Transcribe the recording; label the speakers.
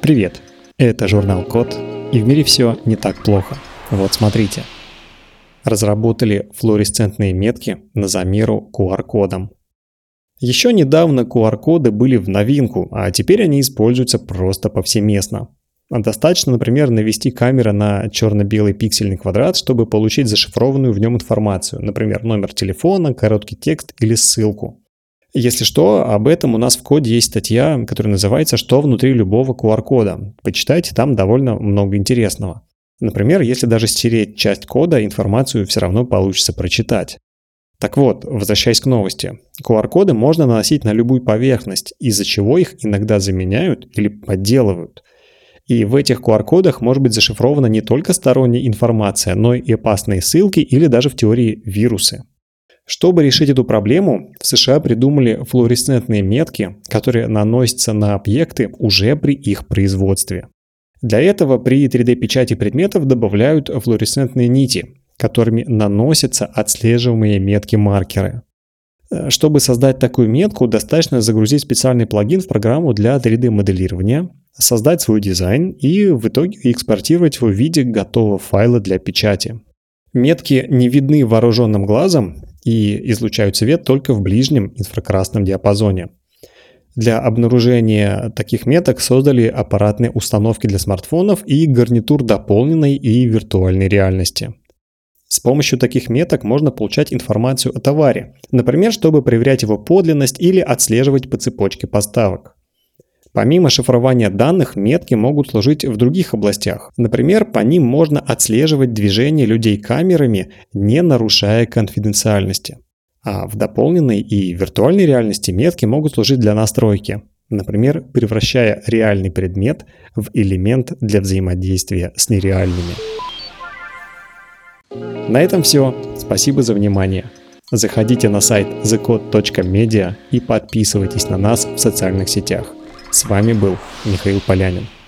Speaker 1: Привет, это журнал Код, и в мире все не так плохо. Вот смотрите. Разработали флуоресцентные метки на замену QR-кодам. Еще недавно QR-коды были в новинку, а теперь они используются просто повсеместно. Достаточно, например, навести камеру на черно-белый пиксельный квадрат, чтобы получить зашифрованную в нем информацию, например, номер телефона, короткий текст или ссылку. Если что, об этом у нас в коде есть статья, которая называется «Что внутри любого QR-кода». Почитайте, там довольно много интересного. Например, если даже стереть часть кода, информацию все равно получится прочитать. Так вот, возвращаясь к новости. QR-коды можно наносить на любую поверхность, из-за чего их иногда заменяют или подделывают. И в этих QR-кодах может быть зашифрована не только сторонняя информация, но и опасные ссылки или даже в теории вирусы. Чтобы решить эту проблему, в США придумали флуоресцентные метки, которые наносятся на объекты уже при их производстве. Для этого при 3D-печати предметов добавляют флуоресцентные нити, которыми наносятся отслеживаемые метки-маркеры. Чтобы создать такую метку, достаточно загрузить специальный плагин в программу для 3D-моделирования, создать свой дизайн и в итоге экспортировать его в виде готового файла для печати. Метки не видны вооруженным глазом и излучают свет только в ближнем инфракрасном диапазоне. Для обнаружения таких меток создали аппаратные установки для смартфонов и гарнитур дополненной и виртуальной реальности. С помощью таких меток можно получать информацию о товаре, например, чтобы проверять его подлинность или отслеживать по цепочке поставок. Помимо шифрования данных, метки могут служить в других областях. Например, по ним можно отслеживать движение людей камерами, не нарушая конфиденциальности. А в дополненной и виртуальной реальности метки могут служить для настройки. Например, превращая реальный предмет в элемент для взаимодействия с нереальными. На этом все. Спасибо за внимание. Заходите на сайт thecode.media и подписывайтесь на нас в социальных сетях. С вами был Михаил Полянин.